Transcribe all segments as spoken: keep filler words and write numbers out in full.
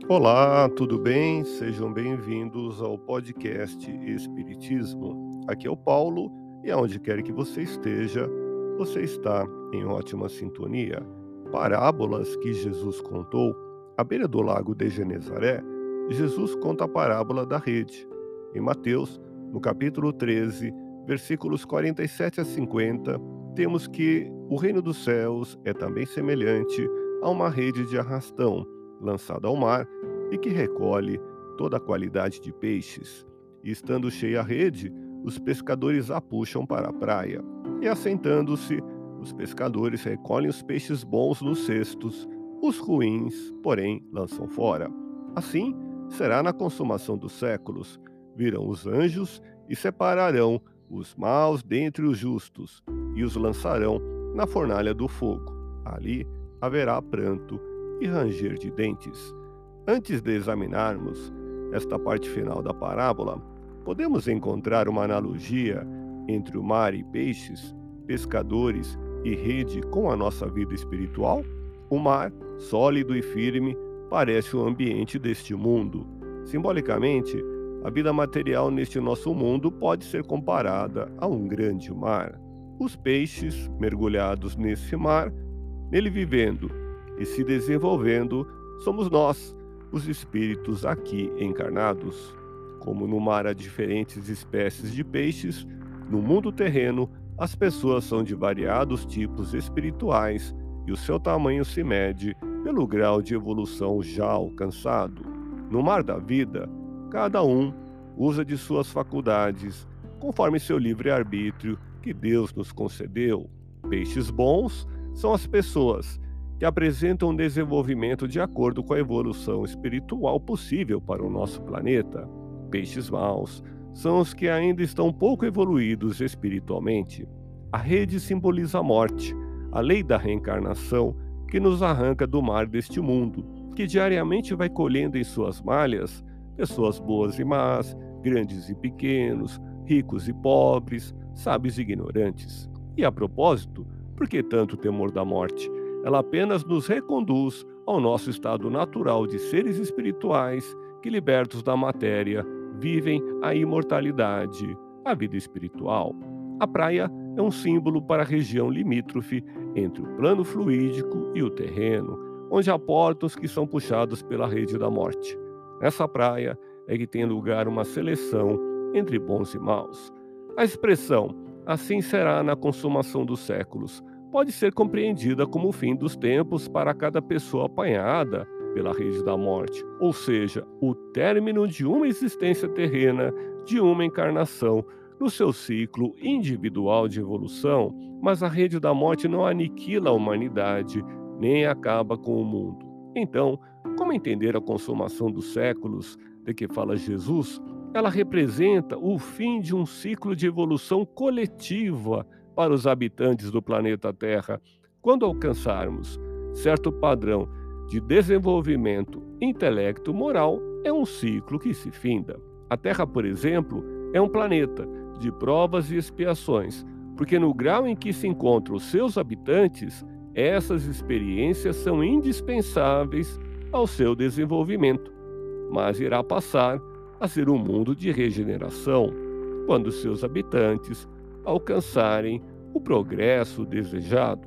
Olá, tudo bem? Sejam bem-vindos ao podcast Espiritismo. Aqui é o Paulo e aonde quer que você esteja, você está em ótima sintonia. Parábolas que Jesus contou. À beira do lago de Genezaré, Jesus conta a parábola da rede. Em Mateus, no capítulo treze, versículos quarenta e sete a cinquenta, temos que o reino dos céus é também semelhante a uma rede de arrastão lançada ao mar e que recolhe toda a qualidade de peixes. E estando cheia a rede, os pescadores a puxam para a praia. E assentando-se, os pescadores recolhem os peixes bons nos cestos, os ruins, porém, lançam fora. Assim será na consumação dos séculos. Virão os anjos e separarão os maus dentre os justos, e os lançarão na fornalha do fogo. Ali haverá pranto e ranger de dentes. Antes de examinarmos esta parte final da parábola, podemos encontrar uma analogia entre o mar e peixes, pescadores e rede com a nossa vida espiritual? O mar, sólido e firme, parece o ambiente deste mundo. Simbolicamente, a vida material neste nosso mundo pode ser comparada a um grande mar. Os peixes, mergulhados nesse mar, nele vivendo e se desenvolvendo, somos nós, os espíritos aqui encarnados. Como no mar há diferentes espécies de peixes, no mundo terreno as pessoas são de variados tipos espirituais e o seu tamanho se mede pelo grau de evolução já alcançado. No mar da vida, cada um usa de suas faculdades, conforme seu livre-arbítrio que Deus nos concedeu. Peixes bons são as pessoas que apresentam um desenvolvimento de acordo com a evolução espiritual possível para o nosso planeta. Peixes maus são os que ainda estão pouco evoluídos espiritualmente. A rede simboliza a morte, a lei da reencarnação que nos arranca do mar deste mundo, que diariamente vai colhendo em suas malhas pessoas boas e más, grandes e pequenos, ricos e pobres, sábios e ignorantes. E a propósito, por que tanto temor da morte? Ela apenas nos reconduz ao nosso estado natural de seres espirituais que, libertos da matéria, vivem a imortalidade, a vida espiritual. A praia é um símbolo para a região limítrofe entre o plano fluídico e o terreno, onde há portos que são puxados pela rede da morte. Nessa praia é que tem lugar uma seleção entre bons e maus. A expressão "assim será na consumação dos séculos" pode ser compreendida como o fim dos tempos para cada pessoa apanhada pela rede da morte, ou seja, o término de uma existência terrena, de uma encarnação, no seu ciclo individual de evolução, mas a rede da morte não aniquila a humanidade, nem acaba com o mundo. Então, como entender a consumação dos séculos de que fala Jesus? Ela representa o fim de um ciclo de evolução coletiva para os habitantes do planeta Terra. Quando alcançarmos certo padrão de desenvolvimento intelecto-moral, é um ciclo que se finda. A Terra, por exemplo, é um planeta de provas e expiações, porque no grau em que se encontram os seus habitantes, essas experiências são indispensáveis ao seu desenvolvimento, mas irá passar a ser um mundo de regeneração, quando seus habitantes alcançarem o progresso desejado.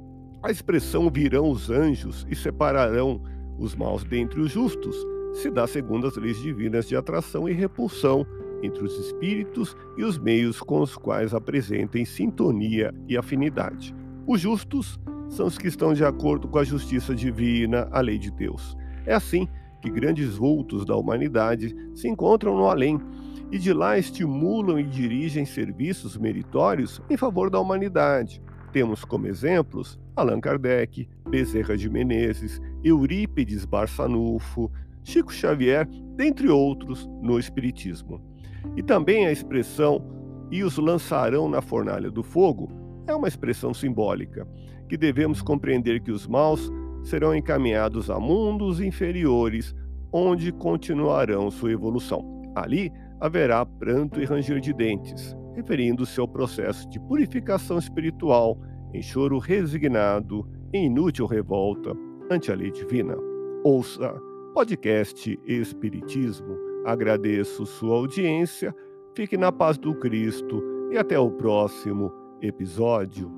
A expressão "virão os anjos e separarão os maus dentre os justos" se dá segundo as leis divinas de atração e repulsão entre os espíritos e os meios com os quais apresentem sintonia e afinidade. Os justos são os que estão de acordo com a justiça divina, a lei de Deus. É assim que grandes vultos da humanidade se encontram no além, e de lá estimulam e dirigem serviços meritórios em favor da humanidade. Temos como exemplos Allan Kardec, Bezerra de Menezes, Eurípides Barçanufo, Chico Xavier, dentre outros, no Espiritismo. E também a expressão "e os lançarão na fornalha do fogo" é uma expressão simbólica, que devemos compreender que os maus serão encaminhados a mundos inferiores, onde continuarão sua evolução. Ali haverá pranto e ranger de dentes, referindo-se ao processo de purificação espiritual, em choro resignado, em inútil revolta ante a lei divina. Ouça podcast Espiritismo. Agradeço sua audiência, fique na paz do Cristo e até o próximo episódio.